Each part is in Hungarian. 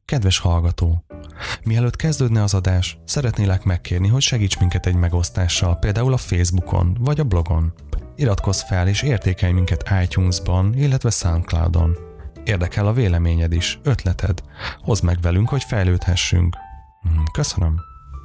Kedves hallgató! Mielőtt kezdődne az adás, szeretnélek megkérni, hogy segíts minket egy megosztással, például a Facebookon vagy a blogon. Iratkozz fel és értékelj minket iTunes-ban, illetve SoundCloud-on. Érdekel a véleményed is, ötleted. Hozd meg velünk, hogy fejlődhessünk. Köszönöm!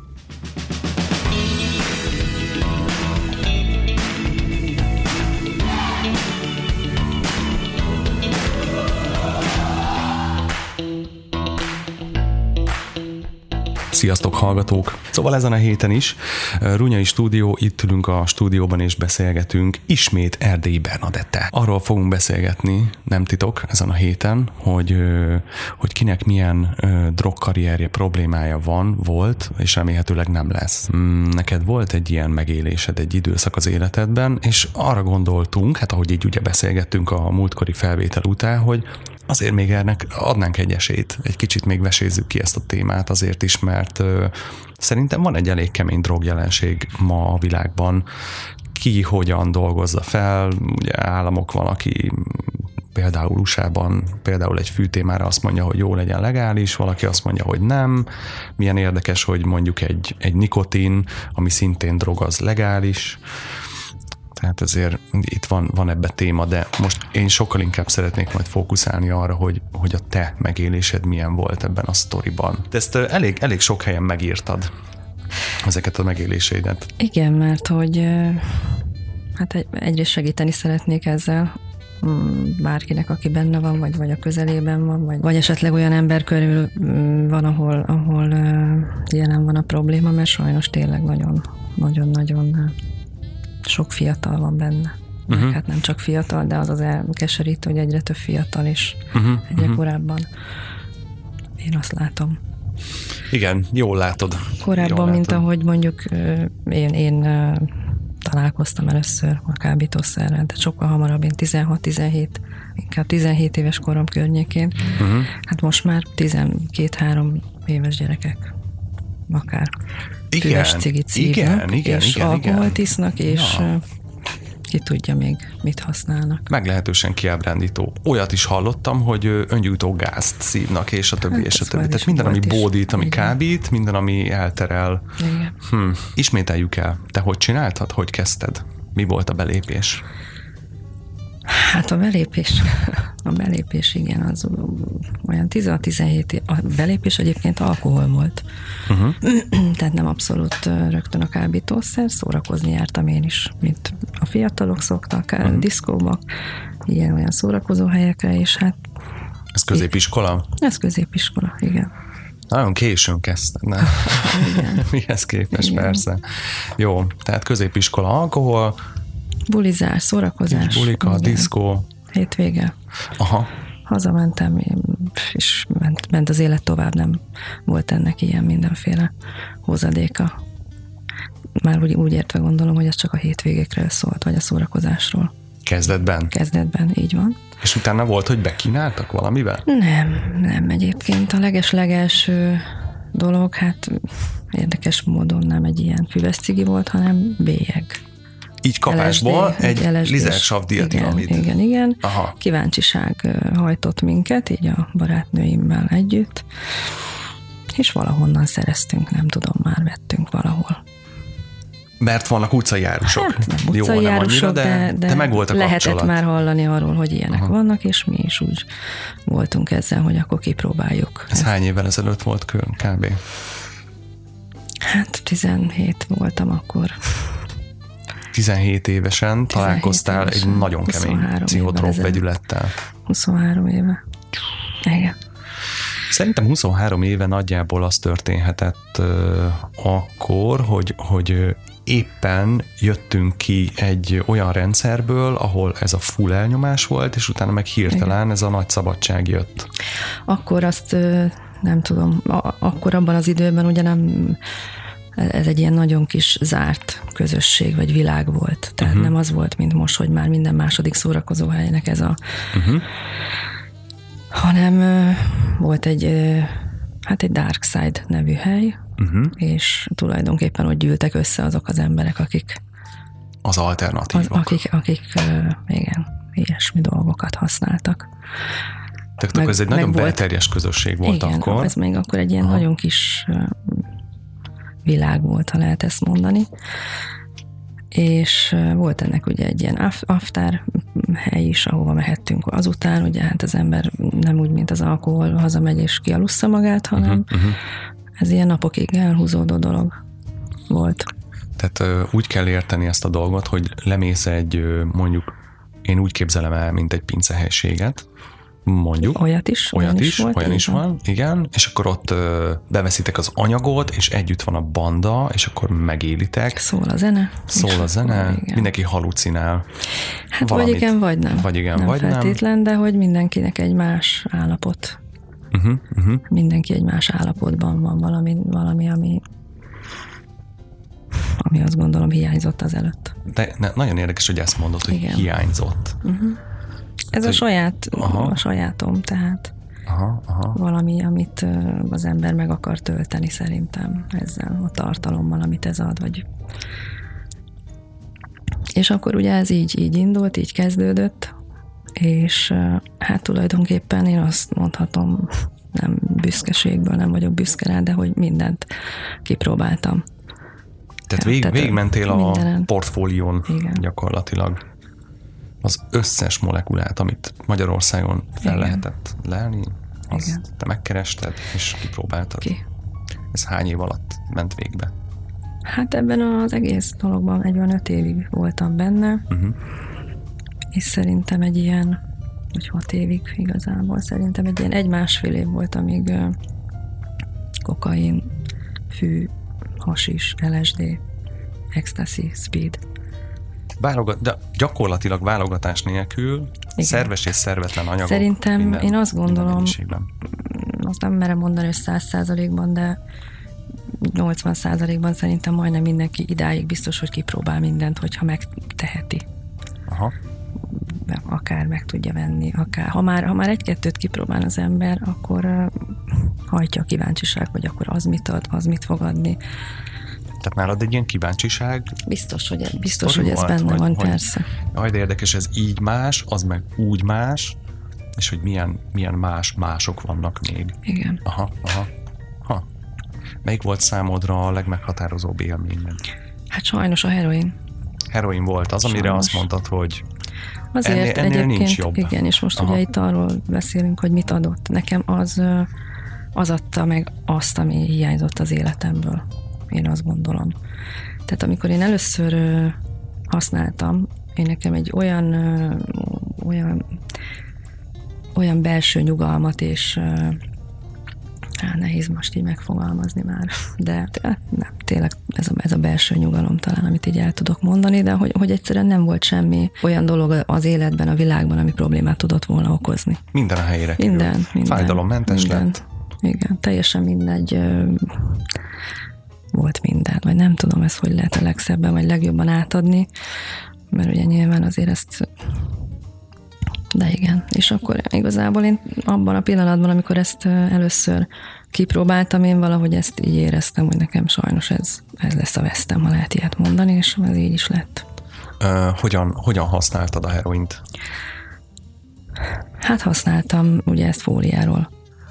Sziasztok hallgatók! Szóval ezen a héten is Runyai Stúdió, itt ülünk a stúdióban és beszélgetünk ismét Erdélyi Bernadettel. Arról fogunk beszélgetni, nem titok, ezen a héten, hogy kinek milyen drogkarrierje, problémája volt, és remélhetőleg nem lesz. Neked volt egy ilyen megélésed, egy időszak az életedben, és arra gondoltunk, hát ahogy így ugye beszélgettünk a múltkori felvétel után, hogy azért még ennek adnánk egy esélyt, egy kicsit még vesézzük ki ezt a témát azért is, mert szerintem van egy elég kemény drogjelenség ma a világban. Ki hogyan dolgozza fel, ugye államok van, aki például USA-ban például egy fűtémára azt mondja, hogy jó legyen legális, valaki azt mondja, hogy nem. Milyen érdekes, hogy mondjuk egy nikotin, ami szintén drog, az legális. Tehát ezért itt van ebbe téma, de most én sokkal inkább szeretnék majd fókuszálni arra, hogy a te megélésed milyen volt ebben a sztoriban. De ezt elég sok helyen megírtad, ezeket a megéléseidet. Igen, mert hogy hát egyrészt segíteni szeretnék ezzel, bárkinek, aki benne van, vagy a közelében van, vagy esetleg olyan ember körül van, ahol jelen van a probléma, mert sajnos tényleg nagyon sok fiatal van benne. Hát nem csak fiatal, de az elkeserítő, hogy egyre több fiatal is egyre korábban. Én azt látom. Igen, jól látod. Korábban, mint ahogy mondjuk én találkoztam először a kábítószerrel, de sokkal hamarabb, én 16-17, inkább 17 éves korom környékén. Hát most már 12-3 éves gyerekek akár. Füves cigit szívnak, és alkoholt isznak, és ki tudja még, mit használnak. Meglehetősen kiábrándító. Olyat is hallottam, hogy öngyújtó gázt szívnak, és a többi, és a többi. Tehát minden, ami bódít, ami kábít, minden, ami elterel. Ismételjük el. Te hogy csináltad? Hogy kezdted? Mi volt a belépés? Hát a belépés igen, az olyan 16-17 a belépés egyébként alkohol volt. Tehát nem abszolút rögtön a kábítószer, szórakozni jártam én is, mint a fiatalok szoktak, diszkóba, ilyen-olyan szórakozó helyekre, és hát... Ez középiskola? Ez középiskola, igen. Nagyon későn kezdted, nem? Igen. Mihez képest, igen. Persze. Jó, tehát középiskola, alkohol, bulizás, szórakozás. Bulika, igen. Diszkó. Hétvége. Aha. Hazamentem, és ment az élet tovább, nem volt ennek ilyen mindenféle hozadéka. Már úgy értve gondolom, hogy ez csak a hétvégékről szólt, vagy a szórakozásról. Kezdetben? Kezdetben, így van. És utána volt, hogy bekínáltak valamivel? Nem egyébként. A leges-legelső dolog, hát érdekes módon nem egy ilyen füves cigi volt, hanem bélyeg. Így kapásból egy lizersav dietilamid. Igen. Aha. Kíváncsiság hajtott minket, így a barátnőimmel együtt, és valahonnan szereztünk, nem tudom, már vettünk valahol. Mert vannak utcai árusok. Hát nem utcai árusok, de meg volt a lehetett kapcsolat. Már hallani arról, hogy ilyenek vannak, és mi is úgy voltunk ezzel, hogy akkor kipróbáljuk. Ez hány évvel ezelőtt volt kb? Hát 17 voltam akkor. 17 évesen találkoztál egy nagyon kemény pszichotróp vegyülettel. 23 éve. Igen. Szerintem 23 éve nagyjából az történhetett akkor, hogy éppen jöttünk ki egy olyan rendszerből, ahol ez a full elnyomás volt, és utána meg hirtelen ez a nagy szabadság jött. Akkor azt nem tudom, akkor abban az időben ugye nem, ez egy ilyen nagyon kis zárt közösség, vagy világ volt. Tehát nem az volt, mint most, hogy már minden második szórakozóhelynek ez a... hanem volt egy Dark Side nevű hely, és tulajdonképpen ott gyűltek össze azok az emberek, akik... Az alternatívok. Akik igen, ilyesmi dolgokat használtak. Tehát ez egy nagyon belterjes közösség volt akkor. Igen, ez még akkor egy ilyen nagyon kis világ volt, ha lehet ezt mondani. És volt ennek ugye egy ilyen after hely is, ahova mehettünk azután, ugye hát az ember nem úgy, mint az alkohol, hazamegy és kialussza magát, hanem ez ilyen napokig elhúzódó dolog volt. Tehát úgy kell érteni ezt a dolgot, hogy lemész egy, mondjuk, én úgy képzelem el, mint egy pincehelységet, mondjuk. Olyan is van, igen, és akkor ott beveszitek az anyagot, és együtt van a banda, és akkor megélitek. Szól a zene. Mindenki halucinál. Hát valamit, vagy igen, vagy nem. Nem feltétlen, de hogy mindenkinek egy más állapot. Mindenki egy más állapotban van valami ami azt gondolom hiányzott az előtt. De nagyon érdekes, hogy ezt mondod, hogy igen. Hiányzott. Ez a sajátom, tehát valami, amit az ember meg akar tölteni szerintem ezzel a tartalommal, amit ez ad. És akkor ugye ez így indult, így kezdődött, és hát tulajdonképpen én azt mondhatom, nem büszkeségből, nem vagyok büszke rá, de hogy mindent kipróbáltam. Tehát végigmentél a portfólión gyakorlatilag. Az összes molekulát, amit Magyarországon fel lehetett lelni, azt te megkerested, és kipróbáltad. Ez hány év alatt ment végbe? Hát ebben az egész dologban egy olyan 5 évig voltam benne, és szerintem egy ilyen, vagy 6 évig igazából, szerintem egy ilyen 1-1,5 év volt, amíg kokain, fű, hasis, LSD, ecstasy, speed. De gyakorlatilag válogatás nélkül, igen. Szerves és szervetlen anyagok. Szerintem én azt gondolom, azt nem merem mondani, hogy 100%-ban, de 80%-ban szerintem majdnem mindenki idáig biztos, hogy kipróbál mindent, hogyha megteheti. Akár meg tudja venni, akár. Ha már 1-2-t kipróbál az ember, akkor hajtja a kíváncsiság, hogy akkor az mit ad, az mit fog adni. Tehát nálad egy ilyen kíváncsiság? Biztos, hogy ez benne van, persze. Jaj, de érdekes, ez így más, az meg úgy más, és hogy milyen mások vannak még. Igen. Melyik volt számodra a legmeghatározóbb élményed? Hát sajnos a heroin. Heroin volt az, amire sajnos. Azt mondtad, hogy azért ennél nincs jobb. Igen, és most ugye itt arról beszélünk, hogy mit adott. Nekem az adta meg azt, ami hiányzott az életemből. Én azt gondolom. Tehát amikor én először használtam, én nekem egy olyan belső nyugalmat, és nehéz most így megfogalmazni már, de nem, tényleg ez a belső nyugalom talán, amit így el tudok mondani, de hogy egyszerűen nem volt semmi olyan dolog az életben, a világban, ami problémát tudott volna okozni. Minden a helyére kerül. Minden. Fájdalommentes lett. Igen, teljesen mindegy. Volt minden, vagy nem tudom ezt, hogy lehet a legszebben, vagy legjobban átadni, mert ugye nyilván azért ezt, de igen. És akkor igazából én abban a pillanatban, amikor ezt először kipróbáltam, én valahogy ezt így éreztem, hogy nekem sajnos ez lesz a vesztem, ha lehet ilyet mondani, és ez így is lett. Hogyan használtad a heroint? Hát használtam ugye ezt fóliáról.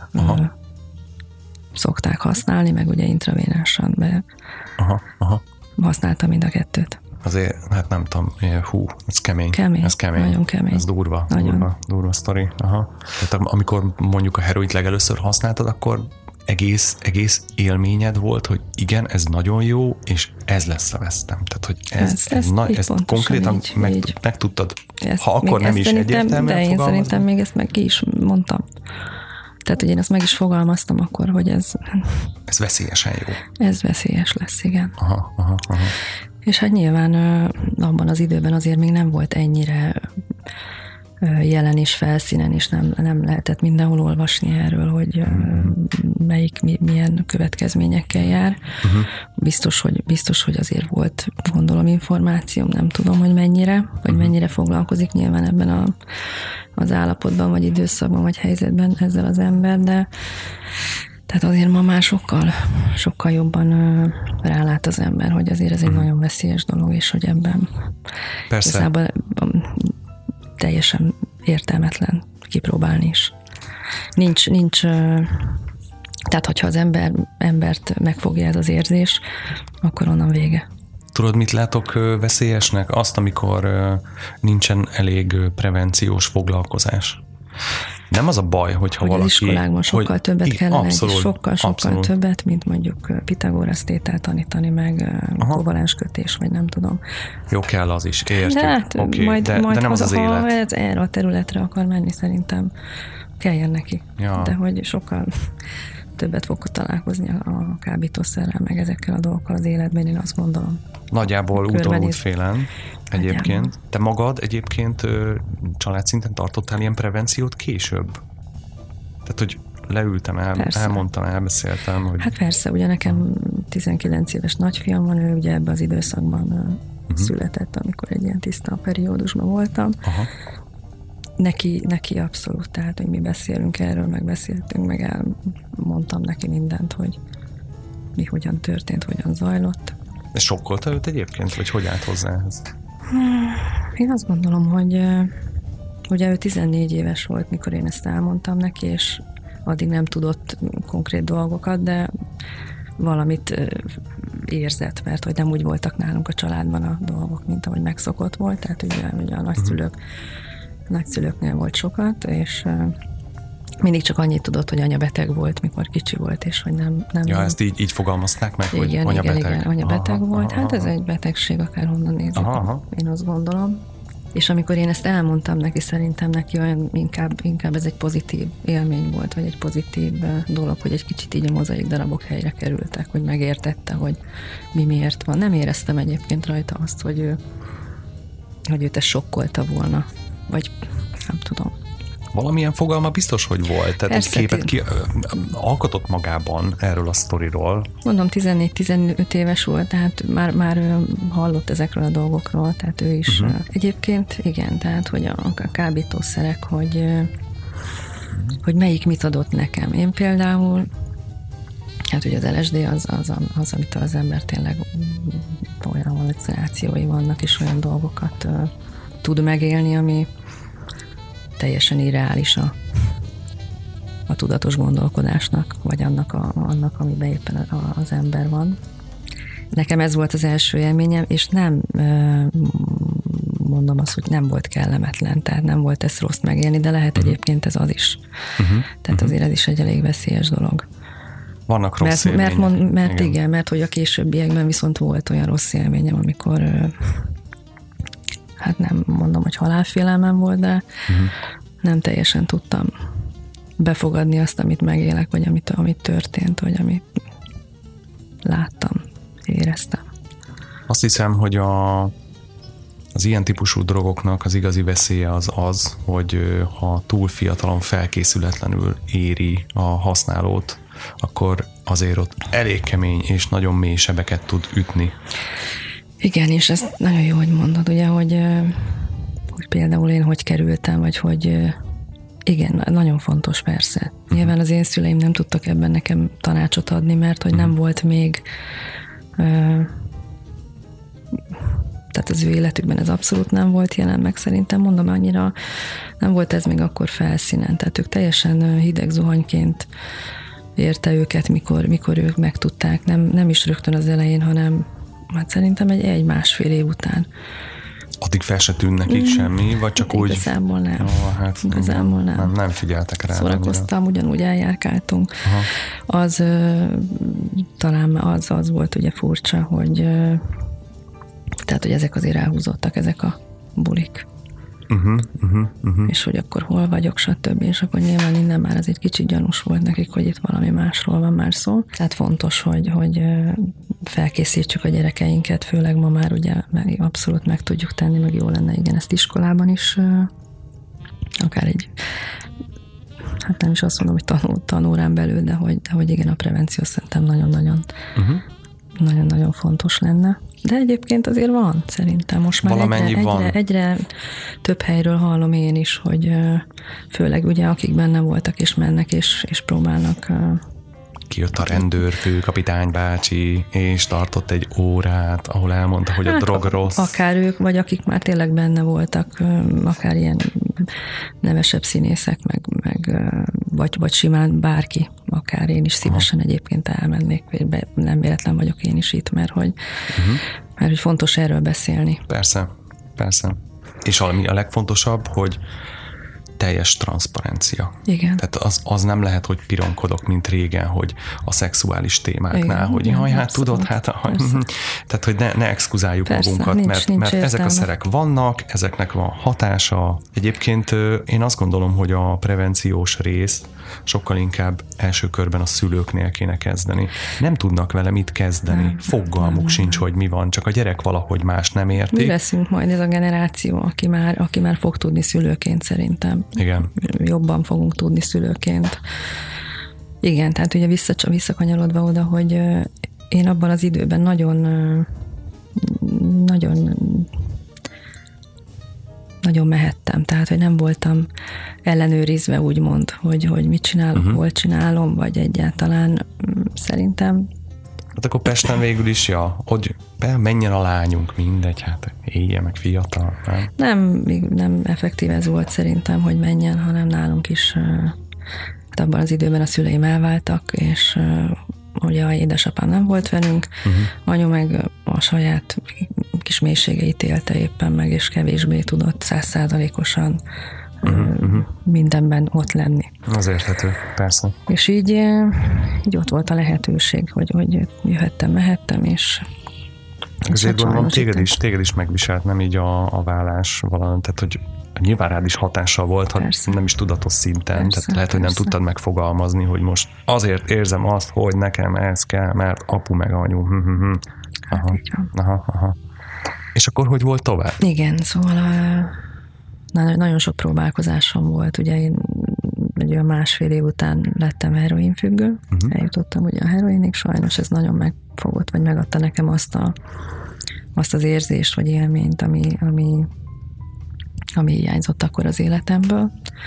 Szokták használni, meg ugye intravénásan, de használtam mind a kettőt. Azért, hát nem tudom, ez kemény. Ez kemény. Nagyon kemény. Ez durva sztori. Tehát amikor mondjuk a heroint legelőször használtad, akkor egész élményed volt, hogy igen, ez nagyon jó, és ez lesz a vesztem. Tehát, hogy ezt konkrétan meg tudtad, ha akkor nem is egyértelműen de én szerintem még ezt meg ki is mondtam. Tehát, hogy én ezt meg is fogalmaztam akkor, hogy ez veszélyesen jó. Ez veszélyes lesz, igen. És hát nyilván abban az időben azért még nem volt ennyire jelen és felszínen, és nem lehetett mindenhol olvasni erről, hogy melyik milyen következményekkel jár. Biztos, hogy azért volt, gondolom, információm, nem tudom, hogy mennyire, vagy mennyire foglalkozik nyilván ebben az állapotban, vagy időszakban, vagy helyzetben ezzel az ember, de tehát azért ma már sokkal jobban rálát az ember, hogy azért ez egy nagyon veszélyes dolog, és hogy ebben igazából teljesen értelmetlen kipróbálni is. nincs tehát, hogyha az embert megfogja ez az érzés, akkor onnan vége. Tudod, mit látok veszélyesnek? Azt, amikor nincsen elég prevenciós foglalkozás. Nem az a baj, hogyha hogy valaki... az iskolákban sokkal többet kellene, sokkal abszolút. többet, mint mondjuk Pitagorasz tételt tanítani, meg kovalenskötés, vagy nem tudom. Jó, kell az is, értjük. De, hát, okay. majd de nem az élet. Ha erre a területre akar menni, szerintem kelljen neki. Ja. De hogy sokkal többet fog találkozni a kábítószerrel, meg ezekkel a dolgokkal az életben, én azt gondolom. Nagyjából úton útfélen egyébként. Nagyjából. Te magad egyébként családszinten tartottál ilyen prevenciót később? Tehát, hogy leültem, elmondtam, elbeszéltem. Hogy... Hát persze, ugye nekem 19 éves nagyfiam van, ő ugye ebben az időszakban született, amikor egy ilyen tiszta periódusban voltam. Aha. Neki abszolút, tehát, hogy mi beszélünk erről, megbeszéltünk, meg elmondtam neki mindent, hogy mi hogyan történt, hogyan zajlott. De sokkolta őt egyébként, vagy hogy állt hozzá ehhez? Én azt gondolom, hogy ugye ő 14 éves volt, mikor én ezt elmondtam neki, és addig nem tudott konkrét dolgokat, de valamit érzett, mert hogy nem úgy voltak nálunk a családban a dolgok, mint ahogy megszokott volt, tehát ugye a nagyszülőknél volt sokat, és mindig csak annyit tudott, hogy anya beteg volt, mikor kicsi volt, és hogy nem... Ja, ezt így fogalmazták meg, hogy anya beteg? Igen, anya beteg volt. Hát ez egy betegség, akárhonnan nézzük, én azt gondolom. És amikor én ezt elmondtam neki, szerintem neki olyan inkább ez egy pozitív élmény volt, vagy egy pozitív dolog, hogy egy kicsit így a mozaik darabok helyre kerültek, hogy megértette, hogy mi miért van. Nem éreztem egyébként rajta azt, hogy őt ez sokkolta volna, vagy nem tudom. Valamilyen fogalma biztos, hogy volt. Tehát persze, egy képet alkotott magában erről a sztoriról. Mondom, 14-15 éves volt, tehát már hallott ezekről a dolgokról, tehát ő is. Egyébként igen, tehát hogy a kábítószerek, hogy melyik mit adott nekem. Én például, hát ugye az LSD az amitől az ember tényleg olyan hallucinációi vannak, és olyan dolgokat tud megélni, ami teljesen irreális a tudatos gondolkodásnak, vagy annak, amiben éppen az ember van. Nekem ez volt az első élményem, és nem mondom azt, hogy nem volt kellemetlen, tehát nem volt ezt rossz megélni, de lehet egyébként ez az is. Tehát azért ez is egy elég veszélyes dolog. Vannak rossz élmények. Mert igen, mert hogy a későbbiekben viszont volt olyan rossz élményem, amikor hát nem mondom, hogy halálfélelmem volt, de nem teljesen tudtam befogadni azt, amit megélek, vagy amit történt, vagy amit láttam, éreztem. Azt hiszem, hogy az ilyen típusú drogoknak az igazi veszélye az, hogy ha túl fiatalon felkészületlenül éri a használót, akkor azért ott elég kemény és nagyon mély sebeket tud ütni. Igen, és ez nagyon jó, hogy mondod, ugye, hogy például én hogy kerültem, vagy hogy igen, nagyon fontos persze. Nyilván az én szüleim nem tudtak ebben nekem tanácsot adni, mert hogy nem volt még tehát az ő életükben ez abszolút nem volt jelen, meg szerintem mondom, annyira nem volt ez még akkor felszínen. Tehát ők teljesen hideg zuhanyként érte őket, mikor ők megtudták. Nem is rögtön az elején, hanem hát szerintem egy másfél év után. Addig fel se tűnt nekik semmi, vagy csak úgy? Igazából nem. Jó, hát igazából nem figyeltek rá. Szórakoztam, ugyanúgy eljárkáltunk. Az talán az volt ugye furcsa, hogy tehát, hogy ezek azért elhúzottak, ezek a bulik. És hogy akkor hol vagyok, stb. És akkor nyilván innen már az egy kicsit gyanús volt nekik, hogy itt valami másról van már szó. Tehát fontos, hogy felkészítsük a gyerekeinket, főleg ma már ugye abszolút meg tudjuk tenni, meg jó lenne igen ezt iskolában is, akár egy, hát nem is azt mondom, hogy tanórán belül, de hogy igen, a prevenció szerintem nagyon-nagyon fontos lenne. De egyébként azért van, szerintem. Most már egyre több helyről hallom én is, hogy főleg ugye akik benne voltak és mennek és próbálnak kijött a rendőrfő, kapitány bácsi, és tartott egy órát, ahol elmondta, hogy a drog rossz. Akár ők, vagy akik már tényleg benne voltak, akár ilyen nevesebb színészek, vagy simán bárki, akár én is szívesen egyébként elmennék, nem véletlen vagyok én is itt, mert hogy fontos erről beszélni. Persze. És ami a legfontosabb, hogy teljes transzparencia. Igen. Tehát az nem lehet, hogy pironkodok, mint régen, hogy a szexuális témáknál, hogy jaj, hát tudod, tehát, hogy ne exkuzáljuk magunkat, mert ezek a szerek vannak, ezeknek van hatása. Egyébként én azt gondolom, hogy a prevenciós rész sokkal inkább első körben a szülőknél kéne kezdeni. Nem tudnak vele mit kezdeni, fogalmuk sincs, hogy mi van, csak a gyerek valahogy más nem érti. Mi leszünk majd ez a generáció, aki már fog tudni szülőként szerintem. Igen. Jobban fogunk tudni szülőként. Igen, tehát ugye visszakanyarodva oda, hogy én abban az időben nagyon mehettem, tehát, hogy nem voltam ellenőrizve, úgymond, hogy mit csinálok, hol csinálom, vagy egyáltalán szerintem. Hát akkor Pesten végül is, hogy menjen a lányunk, mindegy, hát éljen meg fiatal, nem? Nem effektív ez volt szerintem, hogy menjen, hanem nálunk is, hát abban az időben a szüleim elváltak, és ugye a édesapám nem volt velünk, anyu meg a saját kis mélységeit élte éppen meg, és kevésbé tudott 100%-osan mindenben ott lenni. Az érthető, persze. És így ott volt a lehetőség, hogy jöhettem, mehettem, és ezért gondolom, téged is megviselt, nem így a vállás valami, tehát hogy nyilván rád is hatással volt, ha nem is tudatos szinten, tehát lehet, hogy nem tudtad megfogalmazni, hogy most azért érzem azt, hogy nekem ez kell, mert apu meg anyu. Aha. És akkor hogy volt tovább? Igen, szóval nagyon sok próbálkozásom volt, ugye én egy olyan 1,5 év után lettem heroinfüggő, eljutottam ugye a heroinig, sajnos ez nagyon megfogott, vagy megadta nekem azt az érzést, vagy élményt, ami hiányzott akkor az életemből.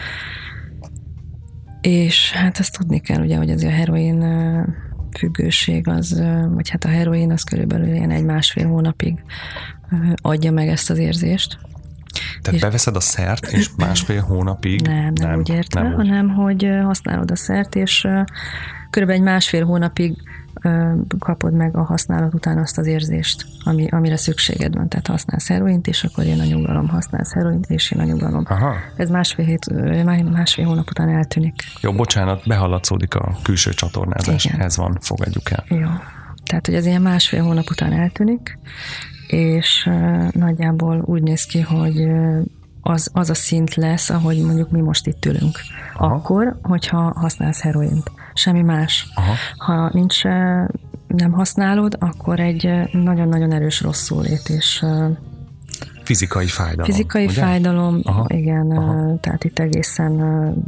És hát ezt tudni kell, ugye, hogy azért a heroin függőség vagy hát a heroin az körülbelül ilyen 1-1,5 hónapig adja meg ezt az érzést. Tehát beveszed a szert, és 1,5 hónapig... Nem úgy értem, hanem hogy használod a szert, és körülbelül 1,5 hónapig kapod meg a használat után azt az érzést, amire szükséged van. Tehát használsz heroint, és akkor jön a nyugalom, használsz heroint, és jön a nyugalom. Aha. Ez 1,5 hónap után eltűnik. Jó, bocsánat, behallatszódik a külső csatornázás. Igen. Ez van, fogadjuk el. Jó. Tehát, hogy ez ilyen 1,5 hónap után eltűnik, és nagyjából úgy néz ki, hogy az a szint lesz, ahogy mondjuk mi most itt ülünk. Aha. Akkor, hogyha használsz heroint. Semmi más. Aha. Ha nem használod, akkor egy nagyon-nagyon erős rosszulét, és fizikai fájdalom. Fizikai ugye? Fájdalom, aha. Igen, aha. Tehát itt egészen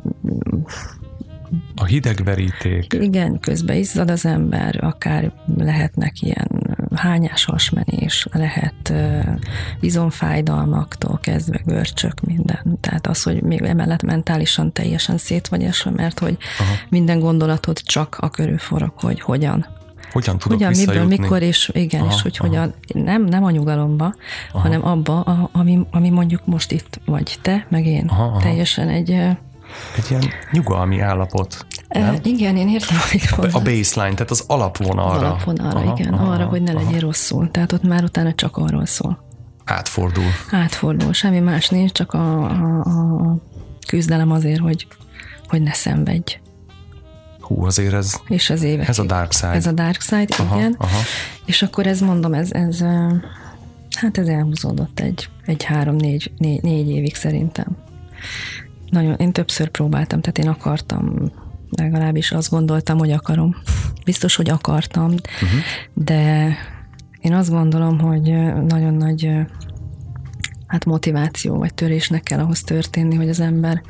a hidegveríték. Igen, közben izzad az ember, akár lehetnek ilyen hányás, hasmenés, lehet izomfájdalmaktól kezdve görcsök, minden. Tehát az, hogy még emellett mentálisan teljesen szét vagy esve, mert hogy minden gondolatod csak a körül forog, hogy hogyan tudok visszajutni. Miből, mikor, és igen, és hogy hogyan, nem a nyugalomba, hanem abba, ami mondjuk most itt vagy te, meg én. Teljesen egy ilyen nyugalmi állapot. Igen, én értem, hogy a baseline, tehát az alapvonalra. Az alapvonalra, igen, arra, hogy ne legyél rosszul. Tehát ott már utána csak arról szól. Átfordul, semmi más nincs, csak a küzdelem azért, hogy ne szenvedj. Hú, azért ez... És az évek. Ez a dark side. Ez a dark side, igen. És akkor ez mondom, ez elhúzódott egy 3-4 évig szerintem. Nagyon, én többször próbáltam, tehát én akartam, legalábbis azt gondoltam, hogy akarom. Biztos, hogy akartam, de én azt gondolom, hogy nagyon nagy motiváció vagy törésnek kell ahhoz történni, hogy az ember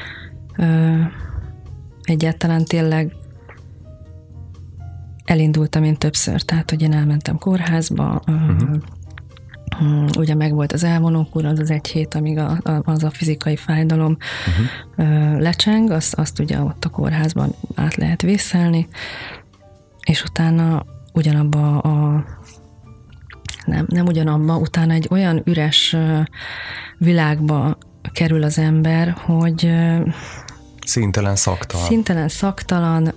egyáltalán tényleg elindultam én többször, tehát hogy én elmentem kórházba, ugye meg volt az elvonókúr, az 1 hét, amíg az a fizikai fájdalom lecseng, azt ugye ott a kórházban át lehet vészelni, és utána ugyanabba nem ugyanabba, utána egy olyan üres világba kerül az ember, hogy színtelen, szaktalan,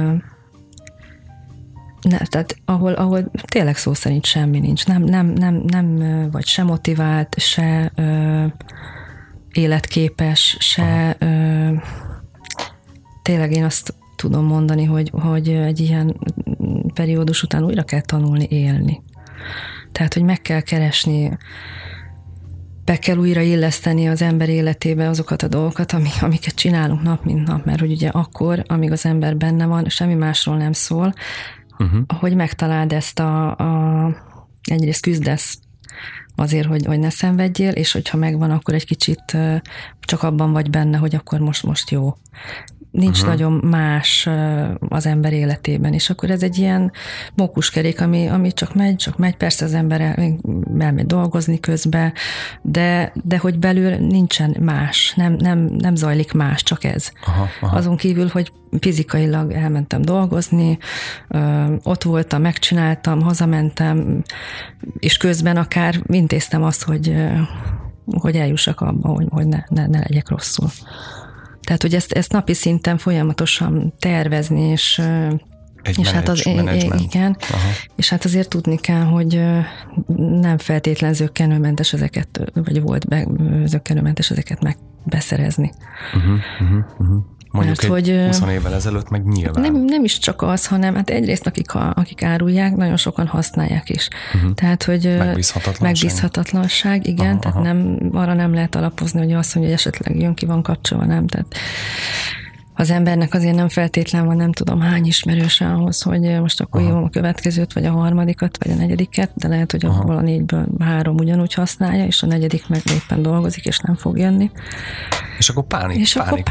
tehát ahol tényleg szó szerint semmi nincs. Nem vagy se motivált, se életképes, se tényleg én azt tudom mondani, hogy egy ilyen periódus után újra kell tanulni élni. Tehát, hogy meg kell keresni, be kell újra illeszteni az ember életébe azokat a dolgokat, amiket csinálunk nap, mint nap, mert hogy ugye akkor, amíg az ember benne van, semmi másról nem szól, hogy megtaláld ezt egyrészt küzdesz azért, hogy ne szenvedjél, és hogyha megvan, akkor egy kicsit csak abban vagy benne, hogy akkor most jó. Nincs nagyon más az ember életében, és akkor ez egy ilyen mókuskerék, ami csak megy, persze az ember elmegy dolgozni közben, de hogy belül nincsen más, nem zajlik más, csak ez. Aha. Azon kívül, hogy fizikailag elmentem dolgozni, ott voltam, megcsináltam, hazamentem, és közben akár intéztem azt, hogy eljussak abba, hogy ne legyek rosszul. Tehát, hogy ezt napi szinten folyamatosan tervezni, és igen, és hát azért tudni kell, hogy nem feltétlen zökkenőmentes ezeket, vagy volt zökkenőmentes ezeket beszerezni. Mondjuk mert, egy 20 évvel ezelőtt meg nyilván. Nem is csak az, hanem hát egyrészt akik árulják, nagyon sokan használják is. Tehát, hogy megbízhatatlanság, igen, tehát arra nem lehet alapozni, hogy azt mondja, hogy esetleg jön ki, van kapcsolva, nem. Tehát az embernek azért nem feltétlen van, nem tudom hány ismerőse ahhoz, hogy most akkor hívom a következőt, vagy a harmadikat, vagy a negyediket, de lehet, hogy abból a 4-ből 3 ugyanúgy használja, és a negyedik meg éppen dolgozik, és nem fog jönni. És akkor pánik,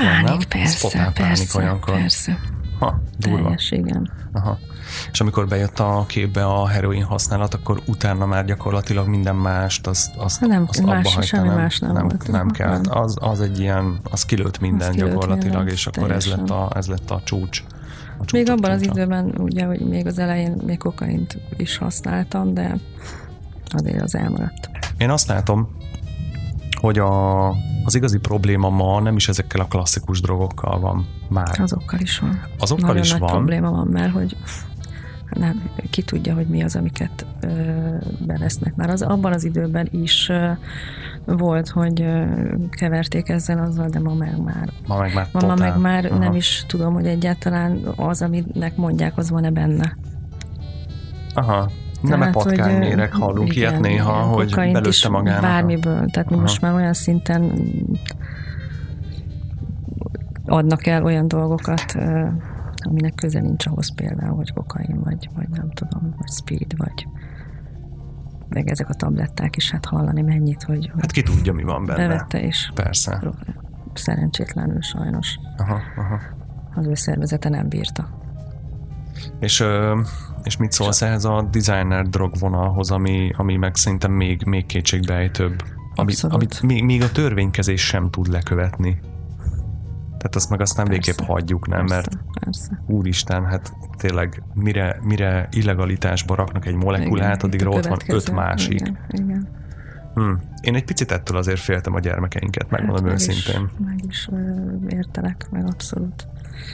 persze. Durva. Teljes, igen. És amikor bejött a képbe a heroin használat, akkor utána már gyakorlatilag minden mást azt abba hagyta, semmi más nem volt. Nem kell. Az egy ilyen, az kilőtt minden gyakorlatilag, minden, és akkor ez lett a csúcs. Még abban az időben, ugye, hogy még az elején még kokaint is használtam, de azért az elmaradt. Én azt látom, hogy az igazi probléma ma nem is ezekkel a klasszikus drogokkal van már. Azokkal is van. Azokkal is van. Nagy probléma van, mert hogy nem, ki tudja, hogy mi az, amiket bevesznek. Már abban az időben is volt, hogy keverték ezzel azzal, de ma meg már nem is tudom, hogy egyáltalán az, aminek mondják, az van-e benne. Nem patkányméreg, hallunk ilyet néha, hogy belőtte magának. Bármiből, tehát mi most már olyan szinten adnak el olyan dolgokat, aminek köze nincs ahhoz például, hogy kokain, vagy nem tudom, vagy speed, vagy meg ezek a tabletták is, hát hallani mennyit, hogy hát ki tudja, mi van benne. Bevette is. Persze. Szerencsétlenül sajnos. Az ő szervezete nem bírta. És mit szólsz ehhez a designer drogvonalhoz, ami meg szerintem még kétségbejtőbb, amit még a törvénykezés sem tud lekövetni. Tehát azt meg aztán végképp hagyjuk, nem? Mert úristen, hát tényleg mire illegalitásba raknak egy molekulát, addigra ott van 5 másik. Igen. Én egy picit ettől azért féltem a gyermekeinket, megmondom őszintén. Meg is értelek, meg abszolút.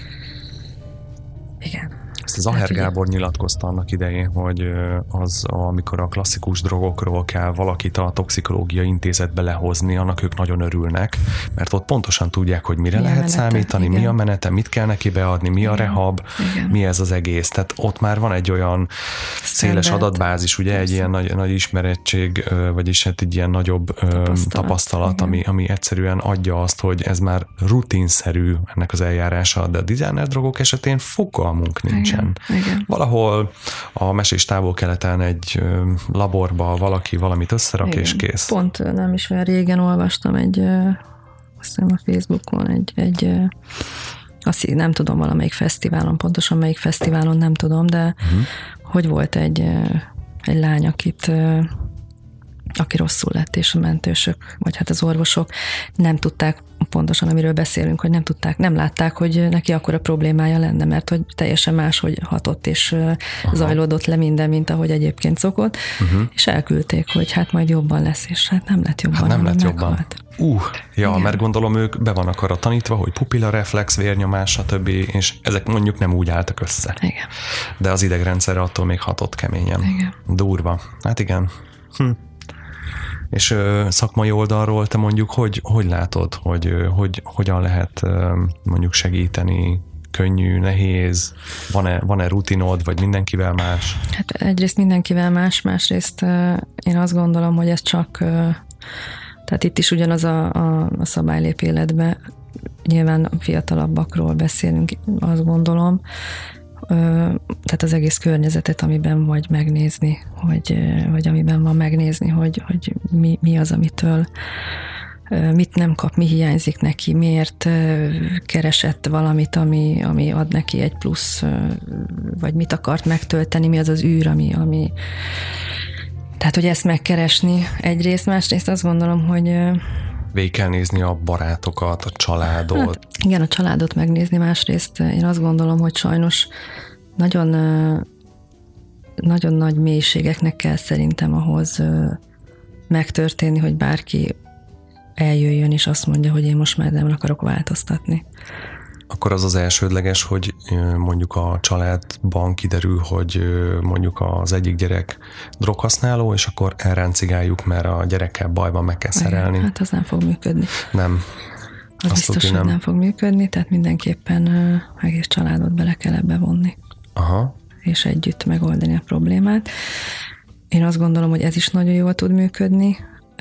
Igen. Ezt az Aher Gábor nyilatkozta annak idején, hogy amikor a klasszikus drogokról kell valakit a toxikológiai intézetbe lehozni, annak ők nagyon örülnek, mert ott pontosan tudják, hogy mire lehet számítani, mi a menete, mit kell neki beadni, mi a rehab, mi ez az egész. Tehát ott már van egy olyan széles adatbázis, ugye, egy ilyen nagy ismerettség, vagyis hát egy ilyen nagyobb tapasztalat, ami egyszerűen adja azt, hogy ez már rutinszerű ennek az eljárása, de a designer drogok esetén fogalmunk nincsen. Igen. Valahol a mesés távol-keleten egy laborba valaki valamit összerak, és kész. Pont nem is olyan régen olvastam azt hiszem a Facebookon azt nem tudom, valamelyik fesztiválon, pontosan melyik fesztiválon nem tudom, de hogy volt egy lány, aki rosszul lett, és a mentősök, vagy hát az orvosok nem tudták pontosan amiről beszélünk, hogy nem látták, hogy neki akkora problémája lenne, mert hogy teljesen máshogy hatott, és zajlódott le minden, mint ahogy egyébként szokott, és elküldték, hogy hát majd jobban lesz, és hát nem lett jobban. Nem lett jobban. Igen. Mert gondolom ők be vannak arra tanítva, hogy pupillareflex, vérnyomás, stb., és ezek mondjuk nem úgy álltak össze. Igen. De az idegrendszerre attól még hatott keményen. Igen. Durva. Hát igen. És szakmai oldalról te mondjuk hogy látod, hogy hogyan lehet mondjuk segíteni, könnyű, nehéz, van-e rutinod, vagy mindenkivel más? Hát egyrészt mindenkivel más, másrészt én azt gondolom, hogy ez csak, tehát itt is ugyanaz a szabály lép életbe, nyilván fiatalabbakról beszélünk, azt gondolom, tehát az egész környezetet, amiben vagy megnézni, vagy amiben van megnézni, hogy mi az, amitől mit nem kap, mi hiányzik neki, miért keresett valamit, ami ad neki egy plusz, vagy mit akart megtölteni, mi az az űr, ami tehát, hogy ezt megkeresni egyrészt, másrészt azt gondolom, hogy végig kell nézni a barátokat, a családot. Hát, igen, a családot megnézni, másrészt én azt gondolom, hogy sajnos nagyon, nagyon nagy mélységeknek kell szerintem ahhoz megtörténni, hogy bárki eljöjjön és azt mondja, hogy én most már nem akarok változtatni. Akkor az elsődleges, hogy mondjuk a családban kiderül, hogy mondjuk az egyik gyerek droghasználó, és akkor elráncigáljuk, mert a gyerekkel baj van, meg kell szerelni. Hát az nem fog működni. Nem. Az biztos, hogy nem fog működni, tehát mindenképpen egész családot bele kell ebbe vonni. Aha. És együtt megoldani a problémát. Én azt gondolom, hogy ez is nagyon jól tud működni,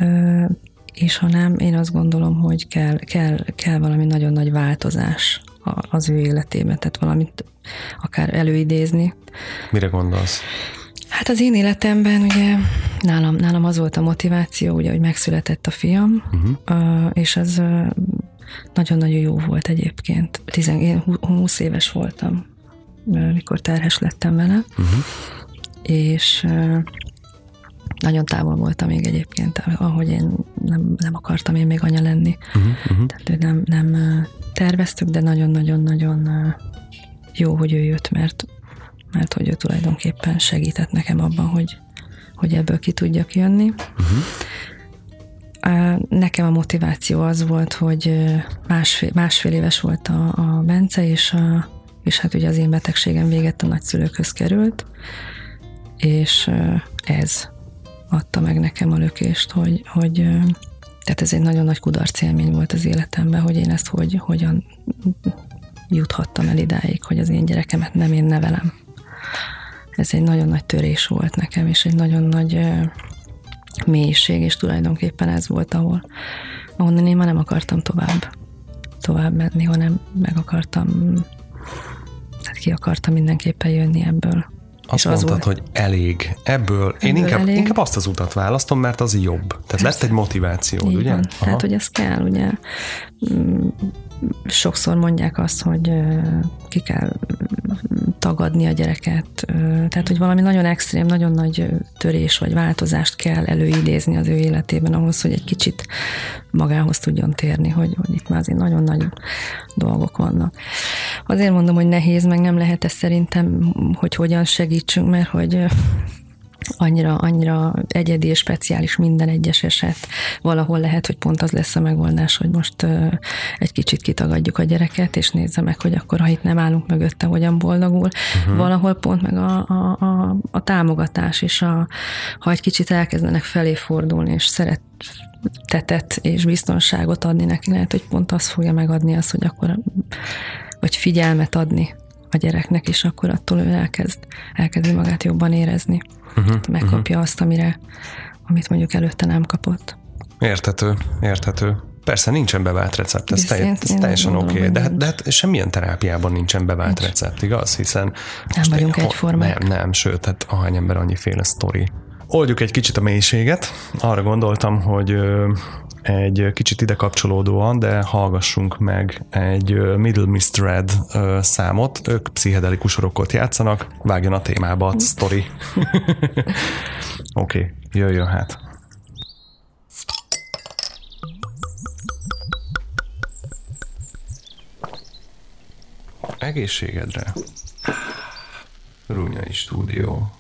és ha nem, én azt gondolom, hogy kell valami nagyon nagy változás az ő életében, tehát valamit akár előidézni. Mire gondolsz? Hát az én életemben ugye nálam az volt a motiváció, ugye, hogy megszületett a fiam, és ez nagyon-nagyon jó volt egyébként. Én 20 éves voltam, mikor terhes lettem vele, és nagyon távol voltam még egyébként, ahogy én nem akartam én még anya lenni. Tehát nem terveztük, de nagyon-nagyon-nagyon jó, hogy ő jött, mert hogy ő tulajdonképpen segített nekem abban, hogy ebből ki tudjak jönni. Nekem a motiváció az volt, hogy másfél éves volt a Bence, és hát ugye az én betegségem véget a nagyszülőkhöz került, és ez adta meg nekem a lökést, hogy tehát ez egy nagyon nagy kudarc élmény volt az életemben, hogy én ezt hogyan juthattam el idáig, hogy az én gyerekemet nem én nevelem. Ez egy nagyon nagy törés volt nekem, és egy nagyon nagy mélység, és tulajdonképpen ez volt, ahonnan én már nem akartam tovább menni, hanem meg akartam, tehát ki akartam mindenképpen jönni ebből. Azt mondtad, hogy elég. Ebből én inkább azt az utat választom, mert az jobb. Tehát persze. Lett egy motivációd, ugye? Van. Tehát, hogy ez kell, ugye? Sokszor mondják azt, hogy ki kell tagadni a gyereket. Tehát, hogy valami nagyon extrém, nagyon nagy törés vagy változást kell előidézni az ő életében ahhoz, hogy egy kicsit magához tudjon térni, hogy itt már azért nagyon nagy dolgok vannak. Azért mondom, hogy nehéz, meg nem lehet ez szerintem, hogy hogyan segítsünk, mert hogy annyira egyedi és speciális minden egyes eset. Valahol lehet, hogy pont az lesz a megoldás, hogy most egy kicsit kitagadjuk a gyereket, és nézze meg, hogy akkor, ha itt nem állunk mögötte, hogyan boldogul. Valahol pont meg a támogatás, és ha egy kicsit elkezdenek felé fordulni, és szeretetet és biztonságot adni neki, lehet, hogy pont az fogja megadni azt, hogy akkor, vagy figyelmet adni a gyereknek, és akkor attól ő elkezdi magát jobban érezni. Megkapja azt, amit mondjuk előtte nem kapott. Érthető. Persze nincsen bevált recept, ez teljesen oké, de hát semmilyen terápiában nincsen bevált recept, igaz? Hiszen nem vagyunk egyformák. Nem, sőt, hát ahány ember annyiféle sztori. Oldjuk egy kicsit a mélységet. Arra gondoltam, hogy egy kicsit ide kapcsolódóan, de hallgassunk meg egy Middle Mistred számot. Ők pszichedelikus rockot játszanak, vágjon a témába a sztori. Oké, jöjjön hát. Egészségedre. Runyai Stúdió.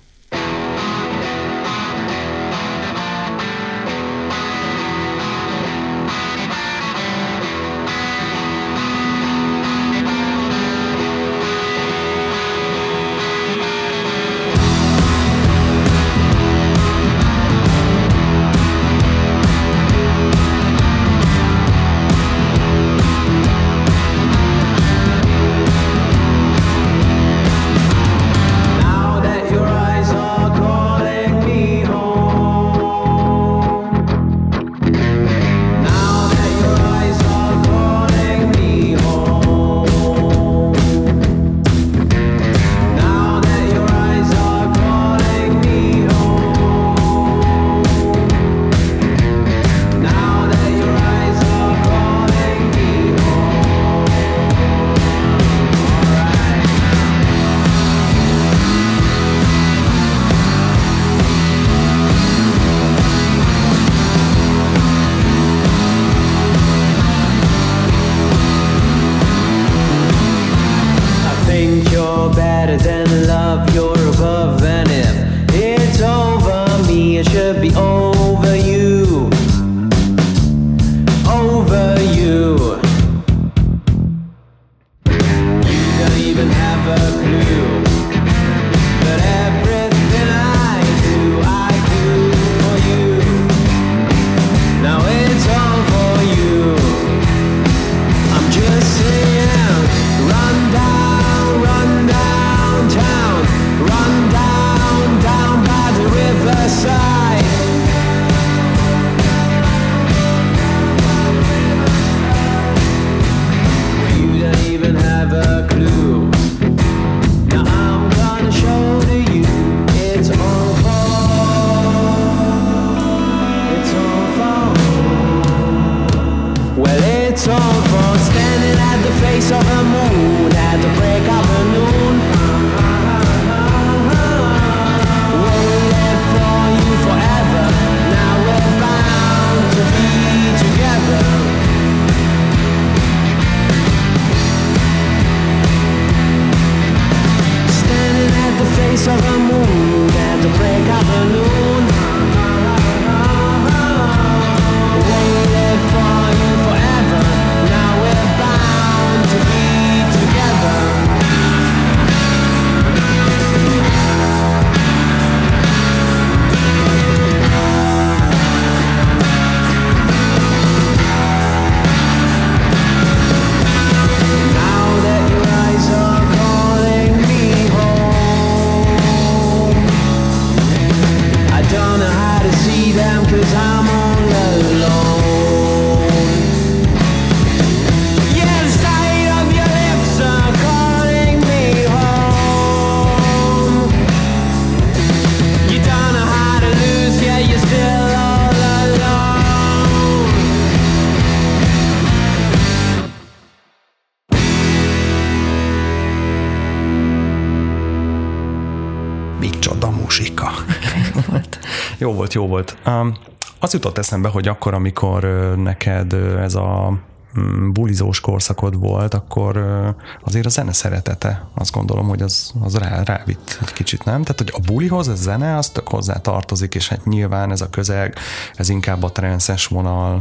Jó volt. Az jutott eszembe, hogy akkor, amikor neked ez a bulizós korszakod volt, akkor azért a zene szeretete, azt gondolom, hogy az rávitt egy kicsit, nem? Tehát, hogy a bulihoz a zene, az tök hozzá tartozik, és hát nyilván ez a közeg, ez inkább a transzes vonal.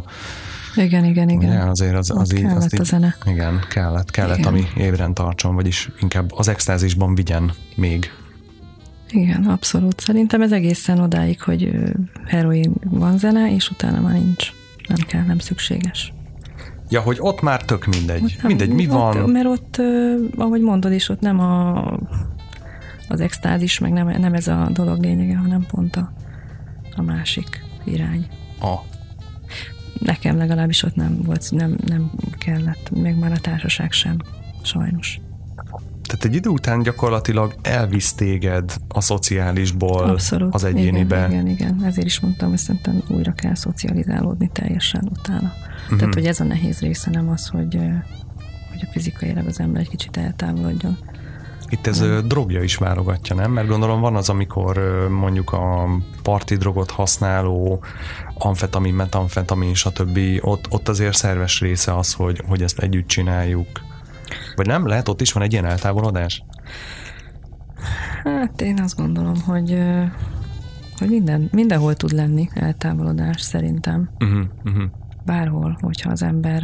Igen. Ugye, azért az így, kellett a zene. Igen, kellett, ami ébren tartson, vagyis inkább az extázisban vigyen még. Igen, abszolút. Szerintem ez egészen odáig, hogy heroin van zene, és utána már nincs. Nem kell, nem szükséges. Ja, hogy ott már tök mindegy. Mindegy, mi van? Mert ott, ahogy mondod is, ott nem az extázis, meg nem ez a dolog lényege, hanem pont a másik irány. Nekem legalábbis ott nem volt, nem kellett, meg már a társaság sem, sajnos. Tehát egy idő után gyakorlatilag elvisz téged a szociálisból abszolút, az egyénibe. Igen. Ezért is mondtam, hogy szerintem újra kell szocializálódni teljesen utána. Tehát, hogy ez a nehéz része, nem az, hogy a fizikailag az ember egy kicsit eltávolodjon. Itt ez drogja is válogatja, nem? Mert gondolom van az, amikor mondjuk a parti drogot használó amfetamin, metamfetamin, stb. Ott azért szerves része az, hogy ezt együtt csináljuk. Vagy nem? Lehet, ott is van egy ilyen eltávolodás? Hát én azt gondolom, hogy mindenhol tud lenni eltávolodás szerintem. Bárhol, hogyha az ember,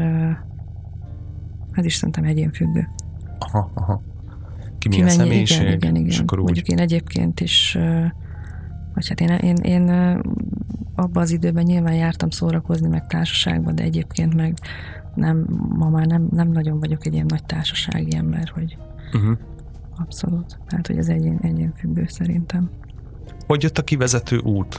ez is szerintem egyénfüggő. Aha. Ki milyen személyiség? Igen. És akkor úgy... Mondjuk én egyébként is, vagy hát én abban az időben nyilván jártam szórakozni, meg társaságba, de egyébként meg ma már nem nagyon vagyok egy ilyen nagy társasági ember, hogy abszolút. Hát, hogy ez egyénfüggő szerintem. Hogy jött a kivezető út?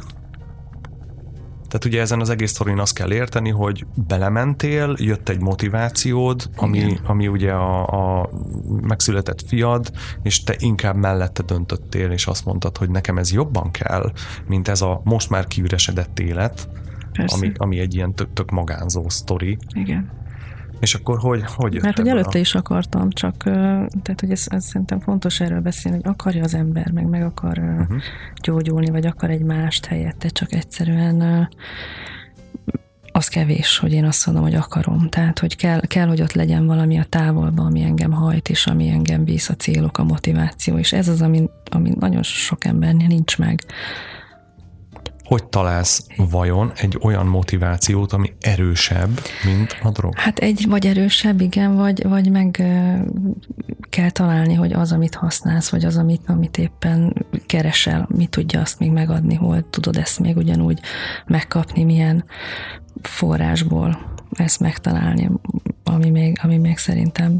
Tehát ugye ezen az egész sztorin azt kell érteni, hogy belementél, jött egy motivációd, ami ugye a megszületett fiad, és te inkább mellette döntöttél, és azt mondtad, hogy nekem ez jobban kell, mint ez a most már kiüresedett élet, ami egy ilyen tök magánzó sztori. Igen. És akkor hogy jött? Mert hogy előtte is akartam, csak tehát, hogy ez szerintem fontos erről beszélni, hogy akarja az ember, meg akar gyógyulni, vagy akar egy mást helyette, csak egyszerűen az kevés, hogy én azt mondom, hogy akarom. Tehát, hogy kell, hogy ott legyen valami a távolban, ami engem hajt, és ami engem visz, a célok, a motiváció, és ez az, ami nagyon sok embernél nincs meg. Hogy találsz vajon egy olyan motivációt, ami erősebb, mint a drog? Hát vagy erősebb, igen, vagy meg kell találni, hogy az, amit használsz, vagy az, amit éppen keresel, mi tudja azt még megadni, hol tudod ezt még ugyanúgy megkapni, milyen forrásból ezt megtalálni, ami még szerintem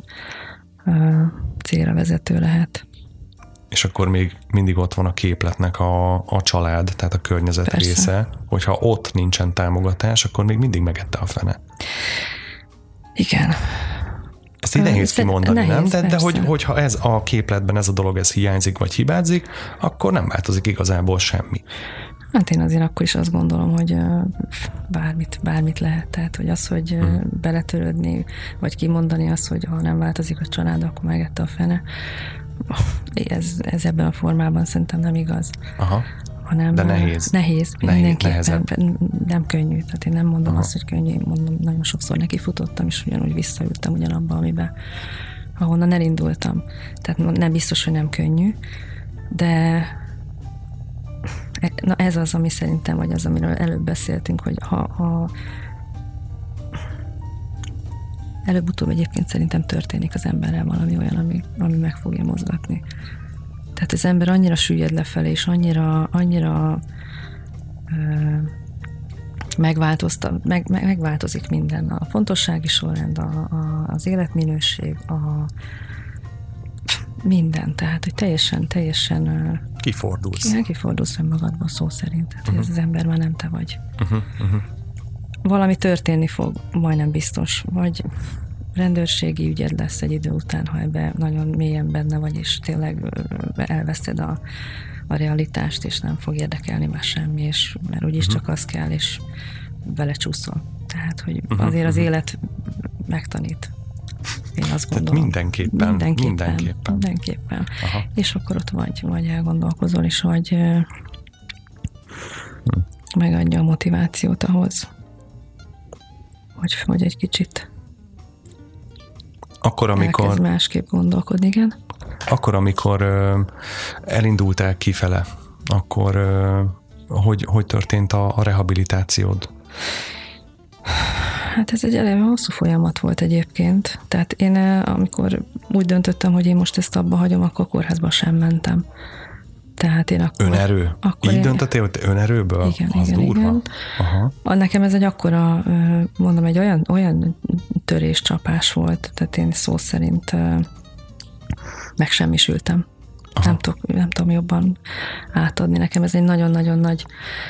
célra vezető lehet. És akkor még mindig ott van a képletnek a család, tehát a környezet Persze. része, hogyha ott nincsen támogatás, akkor még mindig megette a fene. Igen. Ezt így nehéz kimondani, nem? De hogyha ez a képletben ez a dolog ez hiányzik, vagy hibázik, akkor nem változik igazából semmi. Hát én azért akkor is azt gondolom, hogy bármit lehet. Tehát, hogy az, hogy beletörődni, vagy kimondani azt, hogy ha nem változik a család, akkor megette a fene. Ez ebben a formában szerintem nem igaz. Aha. Hanem de nehéz. Mindenképpen nehezebb. Nem könnyű. Tehát én nem mondom azt, hogy könnyű. Mondom, nagyon sokszor nekifutottam, és ugyanúgy visszaültem ugyanabba, ahonnan elindultam. Tehát nem biztos, hogy nem könnyű, de ez az, ami szerintem, vagy az, amiről előbb beszéltünk, hogy ha előbb-utóbb egyébként szerintem történik az emberrel valami olyan, ami meg fogja mozgatni. Tehát az ember annyira süllyed lefelé, és annyira megváltozik minden. A fontossági sorrend, az életminőség, minden. Tehát, hogy teljesen kifordulsz önmagadban szó szerint. Tehát, hogy ez az ember már nem te vagy. Valami történni fog, majdnem biztos, vagy rendőrségi ügyed lesz egy idő után, ha ebbe nagyon mélyen benne vagy, és tényleg elveszted a realitást, és nem fog érdekelni már semmi, mert úgyis csak az kell, és belecsúszol. Tehát, hogy azért az élet megtanít. Én azt gondolom. Mindenképpen. Aha. És akkor ott vagy elgondolkozol, és vagy megadja a motivációt ahhoz, hogy egy kicsit elkezd másképp gondolkodni, igen. Akkor, amikor elindultál kifele, akkor hogy történt a rehabilitációd? Hát ez egy elég hosszú folyamat volt egyébként. Tehát én, amikor úgy döntöttem, hogy én most ezt abba hagyom, akkor kórházba sem mentem. Tehát én akkor... Önerő? Így döntöttél, hogy te önerőből? Igen. Aha. Nekem ez egy akkora, mondom, egy olyan töréscsapás volt, tehát én szó szerint megsemmisültem. Nem tudom jobban átadni. Nekem ez egy nagyon-nagyon nagy...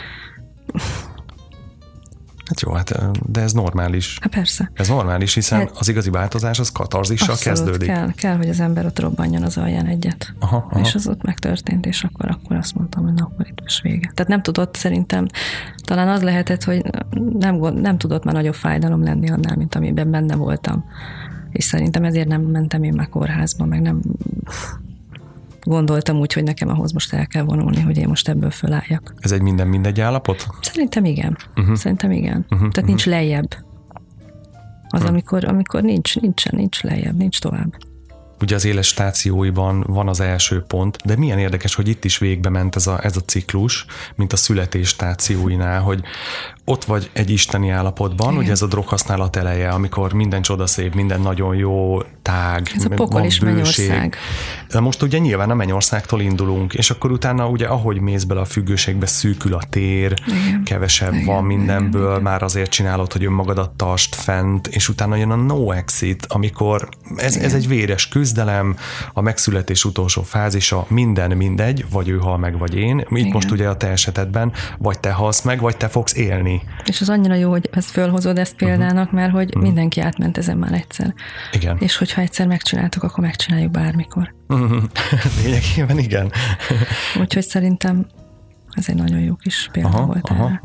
Hát jó, de ez normális. Hát persze. Ez normális, hiszen az igazi változás az katarzissal kezdődik. Kell, hogy az ember ott robbanjon az alján egyet. Aha. És az ott megtörtént, és akkor azt mondtam, hogy na, akkor itt is vége. Tehát nem tudott szerintem, talán az lehetett, hogy nem tudott már nagyobb fájdalom lenni annál, mint amiben benne voltam. És szerintem ezért nem mentem én már kórházba, meg nem gondoltam úgy, hogy nekem ahhoz most el kell vonulni, hogy én most ebből fölálljak. Ez egy mindegy állapot? Szerintem igen. Tehát nincs lejjebb. Az, amikor nincs lejjebb, nincs tovább. ugye az élet stációiban van az első pont, de milyen érdekes, hogy itt is végbe ment ez a ciklus, mint a születés stációinál, hogy ott vagy egy isteni állapotban, igen. Ugye ez a droghasználat eleje, amikor minden csodaszép, minden nagyon jó, tág, ez a pokol is mennyország. De most ugye nyilván a mennyországtól indulunk, és akkor utána ugye ahogy mész bele a függőségbe, szűkül a tér, igen. Kevesebb igen. Van mindenből, igen. Már azért csinálod, hogy önmagadat tartsd fent, és utána jön a no exit, amikor ez egy véres küzdelem, a megszületés utolsó fázisa, minden mindegy, vagy ő hal meg, vagy én. Itt igen. Most ugye a te esetedben, vagy te halsz meg, vagy te fogsz élni. És az annyira jó, hogy ezt fölhozod ezt példának, mert hogy mindenki átment ezen már egyszer. Igen. És hogyha egyszer megcsináltuk, akkor megcsináljuk bármikor. Lényegében igen. Úgyhogy szerintem ez egy nagyon jó kis példa volt erre.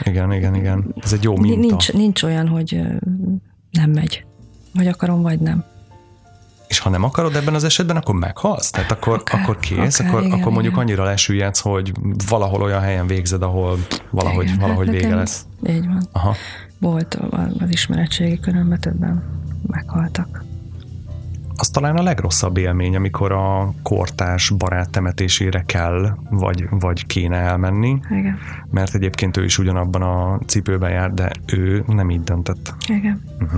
Igen. Ez egy jó minta. Nincs olyan, hogy nem megy. Vagy akarom, vagy nem. És ha nem akarod ebben az esetben, akkor meghalsz. Tehát akkor kész, akkor mondjuk annyira lesüllyedsz, hogy valahol olyan helyen végzed, ahol valahogy vége lesz. Így van. Aha. Volt az ismeretségi körömben, többen meghaltak. Az talán a legrosszabb élmény, amikor a kortárs barát temetésére kell, vagy kéne elmenni. Igen. Mert egyébként ő is ugyanabban a cipőben jár, de ő nem így döntött. Igen.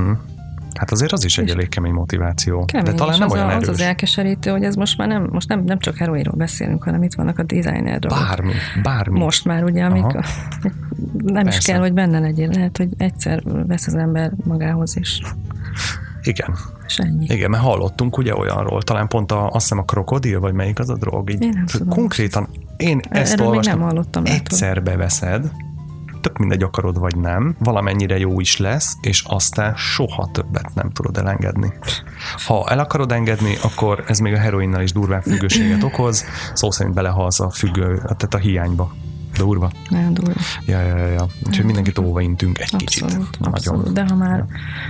Hát azért az is egy elég kemény motiváció. Kemény, de talán nem olyan erős. Az az elkeserítő, hogy ez most már nem csak heroinról beszélünk, hanem itt vannak a designerről. Bármi. Most már ugye, nem persze. Is kell, hogy benne legyél. Lehet, hogy egyszer vesz az ember magához is. Igen. És ennyi. Igen, mert hallottunk ugye olyanról, talán pont azt hiszem a krokodil, vagy melyik az a drog? Így, én nem tudom. Konkrétan én ezt olvastam, nem hallottam. egyszer beveszed, tök mindegy akarod vagy nem, valamennyire jó is lesz, és aztán soha többet nem tudod elengedni. Ha el akarod engedni, akkor ez még a heroinnal is durván függőséget okoz, szó szerint belehalsz a tehát a hiányba. Durva. Nagyon durva. Ja. Úgyhogy mindenkit óvaintünk egy kicsit. Abszolút. De ha már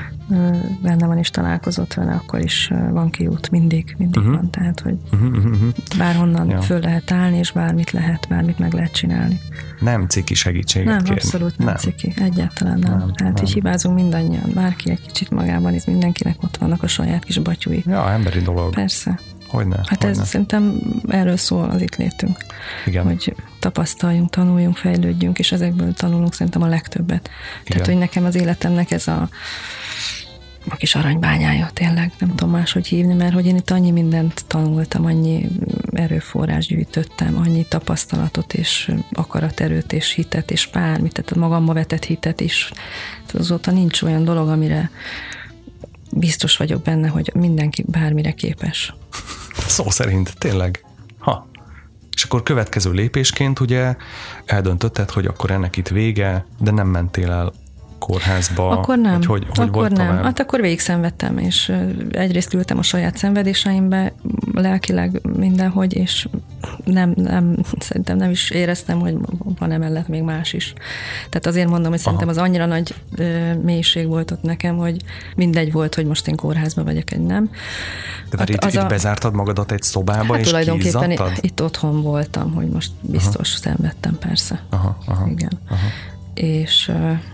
benne van és találkozott vele, akkor is van kiút. Mindig van. Tehát, hogy bárhonnan föl lehet állni, és bármit meg lehet csinálni. Nem ciki segítséget kérni. Abszolút nem ciki. Egyáltalán nem. Tehát így hibázunk mindannyian. Bárki egy kicsit magában, és mindenkinek ott vannak a saját kis batyúi. Ja, emberi dolog. Persze. Hogyne. Ez szerintem erről szól az itt létünk. Igen. Hogy tapasztaljunk, tanuljunk, fejlődjünk, és ezekből tanulunk szerintem a legtöbbet. Igen. Tehát, hogy nekem az életemnek ez a kis aranybányája, tényleg, nem tudom máshogy hívni, mert hogy én itt annyi mindent tanultam, annyi erőforrás gyűjtöttem, annyi tapasztalatot és akaraterőt és hitet és bármit, tehát magamba vetett hitet is. Azóta nincs olyan dolog, amire biztos vagyok benne, hogy mindenki bármire képes. Szó szerint, tényleg. És akkor következő lépésként ugye eldöntötted, hogy akkor ennek itt vége, de nem mentél el kórházba. Akkor nem. Hogy akkor nem. tovább? Hát akkor végig szenvedtem, és egyrészt ültem a saját szenvedéseimbe, lelkileg mindenhogy, és szerintem nem is éreztem, hogy van emellett még más is. Tehát azért mondom, hogy szerintem az annyira nagy mélység volt ott nekem, hogy mindegy volt, hogy most én kórházba vagyok, egy nem. De hát itt bezártad magadat egy szobába, és tulajdonképpen itt otthon voltam, hogy most biztos szenvedtem, persze. Igen. És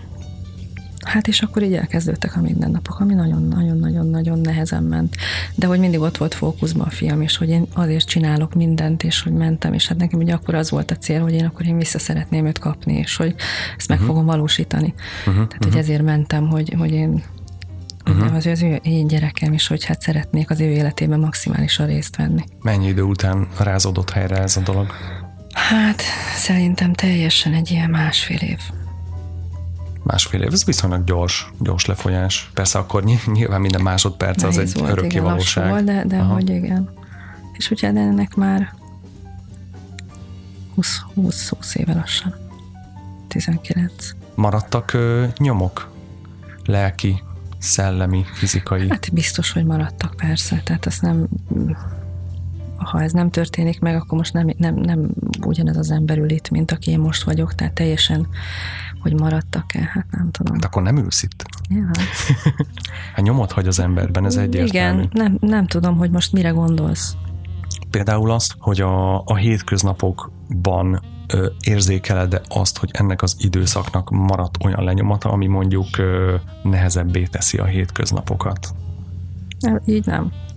és akkor így elkezdődtek a mindennapok, ami nagyon-nagyon-nagyon nehezen ment. De hogy mindig ott volt fókuszban a fiam, és hogy én azért csinálok mindent, és hogy mentem, és hát nekem ugye akkor az volt a cél, hogy én vissza szeretném őt kapni, és hogy ezt meg fogom valósítani. Tehát, hogy ezért mentem, hogy én az ő én gyerekem, és hogy hát szeretnék az ő életében maximálisan részt venni. Mennyi idő után rázódott helyre ez a dolog? Hát szerintem teljesen egy ilyen 1,5 év. 1,5 év, ez viszonylag gyors lefolyás. Persze akkor nyilván minden másodperc az egy örökké valóság. Volt, de hogy igen. És ugye ennek már 20 éve lassan. 19. Maradtak nyomok? Lelki, szellemi, fizikai? Hát biztos, hogy maradtak, persze. Tehát azt nem... Ha ez nem történik meg, akkor most nem ugyanez az ember ül itt, mint aki én most vagyok, tehát teljesen, hogy maradtak-e, hát nem tudom. Hát akkor nem ülsz itt. Ja. Hát nyomot hagy az emberben, ez egyértelmű. Igen, nem tudom, hogy most mire gondolsz. Például azt, hogy a hétköznapokban érzékeled-e azt, hogy ennek az időszaknak maradt olyan lenyomata, ami mondjuk nehezebbé teszi a hétköznapokat? Így nem.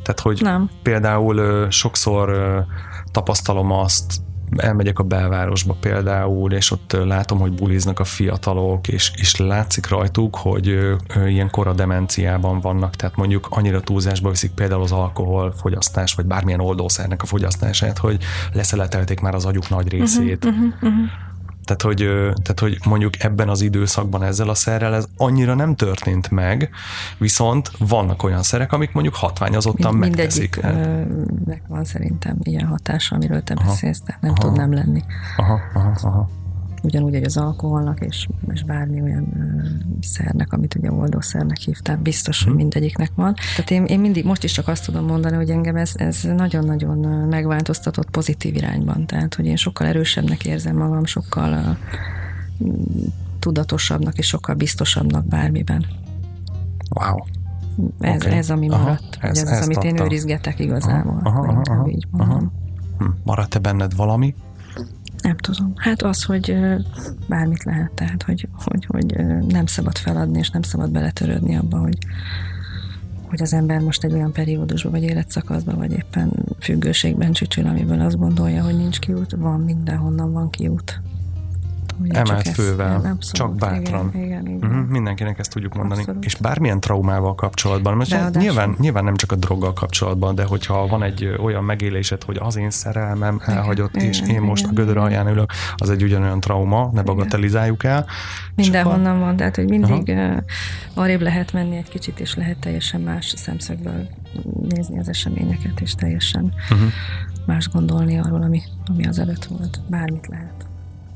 Tehát, hogy nem. Például sokszor tapasztalom azt, elmegyek a belvárosba például, és ott látom, hogy buliznak a fiatalok, és látszik rajtuk, hogy ilyen kora demenciában vannak, tehát mondjuk annyira túlzásba viszik például az alkoholfogyasztás, vagy bármilyen oldószernek a fogyasztását, hogy leszeletelték már az agyuk nagy részét. Tehát, hogy mondjuk ebben az időszakban ezzel a szerrel ez annyira nem történt meg, viszont vannak olyan szerek, amik mondjuk hatványozottan megteszik. Mindegyiknek van szerintem ilyen hatása, amiről te beszélsz, tehát nem tud nem lenni. Ugyanúgy, hogy az alkoholnak és bármi olyan szernek, amit ugye oldószernek hívták, biztos, hogy mindegyiknek van. Tehát én mindig most is csak azt tudom mondani, hogy engem ez nagyon-nagyon megváltoztatott pozitív irányban. Tehát, hogy én sokkal erősebbnek érzem magam, sokkal tudatosabbnak és sokkal biztosabbnak bármiben. Wow. Ez ami maradt. Ez az, amit én őrizgetek igazából. Így mondom. Maradt-e benned valami? Nem tudom. Hát az, hogy bármit lehet, tehát, hogy nem szabad feladni, és nem szabad beletörődni abba, hogy az ember most egy olyan periódusban, vagy életszakaszban, vagy éppen függőségben csücsül, amiből azt gondolja, hogy nincs kiút. Van, mindenhonnan van kiút. Emelt fővel, csak bátran. Igen. Mindenkinek ezt tudjuk mondani. Abszolút. És bármilyen traumával kapcsolatban, most nyilván nem csak a droggal kapcsolatban, de hogyha van egy olyan megélésed, hogy az én szerelmem elhagyott, és én most a gödör alján ülök, az egy ugyanolyan trauma, ne bagatelizáljuk el. Mindenhonnan van, tehát hogy mindig arrébb lehet menni egy kicsit, és lehet teljesen más szemszögből nézni az eseményeket, és teljesen más gondolni arról, ami az előtt volt. Bármit lehet.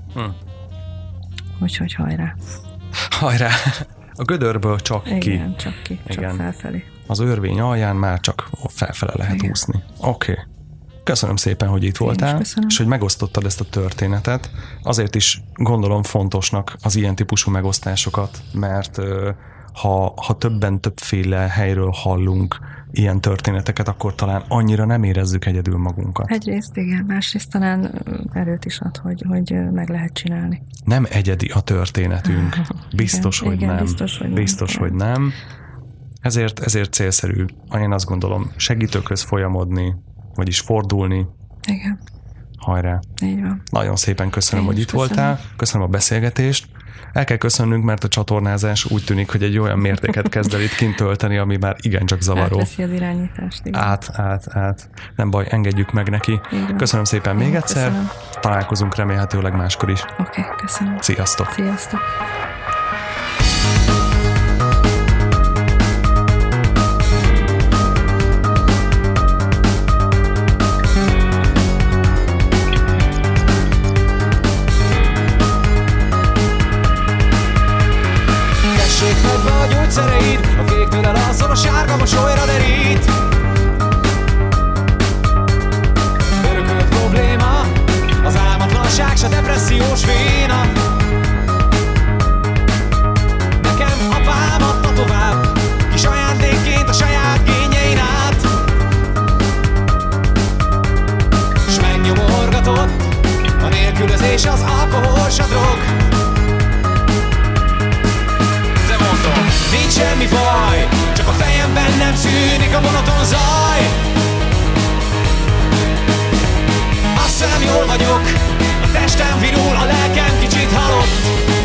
Úgyhogy hajrá. Hajrá! A gödörből csak ki. Igen, csak ki, csak felfelé. Az örvény alján már csak felfele lehet úszni. Oké. Köszönöm szépen, hogy itt voltál, és hogy megosztottad ezt a történetet. Azért is gondolom fontosnak az ilyen típusú megosztásokat, mert ha többféle helyről hallunk ilyen történeteket, akkor talán annyira nem érezzük egyedül magunkat. Egyrészt igen, másrészt talán erőt is ad, hogy meg lehet csinálni. Nem egyedi a történetünk. Biztos, hogy nem. Biztos, hogy nem. Ezért célszerű, én azt gondolom, segítőkhöz folyamodni, vagyis fordulni. Igen. Hajrá. Így van. Nagyon szépen köszönöm, hogy itt voltál. Köszönöm a beszélgetést. El kell köszönnünk, mert a csatornázás úgy tűnik, hogy egy olyan mértéket kezd el itt kint tölteni, ami már igencsak zavaró. Átveszi az irányítást. Igen. Át. Nem baj, engedjük meg neki. Köszönöm szépen még egyszer. Köszönöm. Találkozunk remélhetőleg máskor is. Oké, köszönöm. Sziasztok. Sziasztok. A gyógyszereid, a kéktől elalszol, a sárga mosolyra derít. Örökölt probléma, az álmatlanság, s a depressziós véna. Nekem apám adta tovább, kis ajándékként a saját génjein át. S megnyomorgatott, a nélkülözés, az alkohol, s a drog. Nincs semmi baj, csak a fejemben nem szűnik a monoton zaj. Azt hiszem jól vagyok, a testem virul, a lelkem kicsit halott.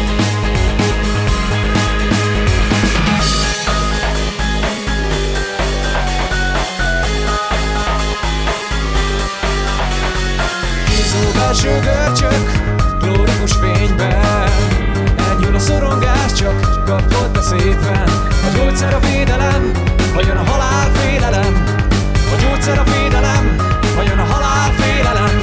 Hízó belső görcsök, glórikus fényben. Enyhül a szorongás, csak kapott beszédben. A gyógyszer a védelem, ha jön a halál félelem. A gyógyszer a védelem, ha jön a halál félelem.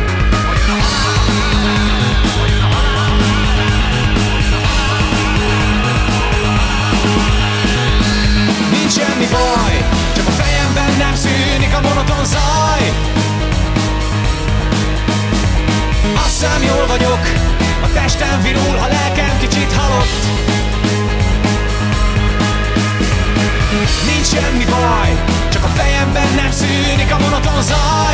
Nincs semmi baj, csak a fejemben nem szűnik a monoton zaj. Azt hiszem jól vagyok, a testem virul, a lelkem kicsit halott. Nincs semmi baj, csak a fejemben nem szűnik a monoton zaj.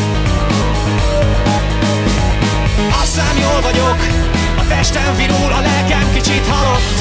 Azt hiszem jól vagyok, a testem virul, a lelkem kicsit halott.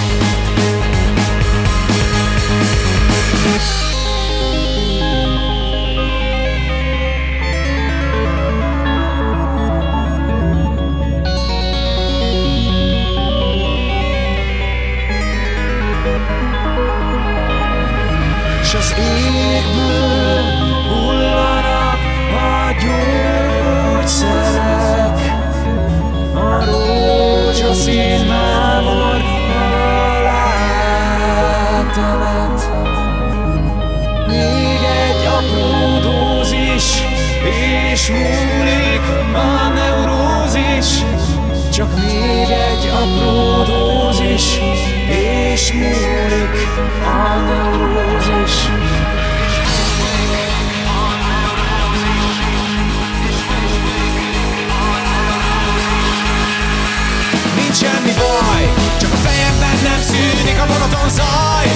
apró dózis, és múlik a neurózis. Nincs semmi baj, csak a fejemben nem szűnik a monoton zaj.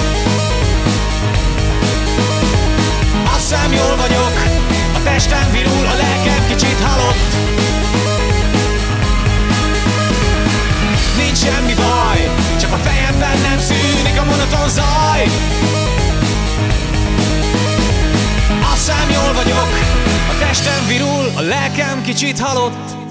Azt hiszem jól vagyok, a testem virul, a lelkem kicsit halott. Nincs semmi baj, csak a fejemben nem szűnik a monoton zaj. Azt hiszem jól vagyok, a testem virul, a lelkem kicsit halott.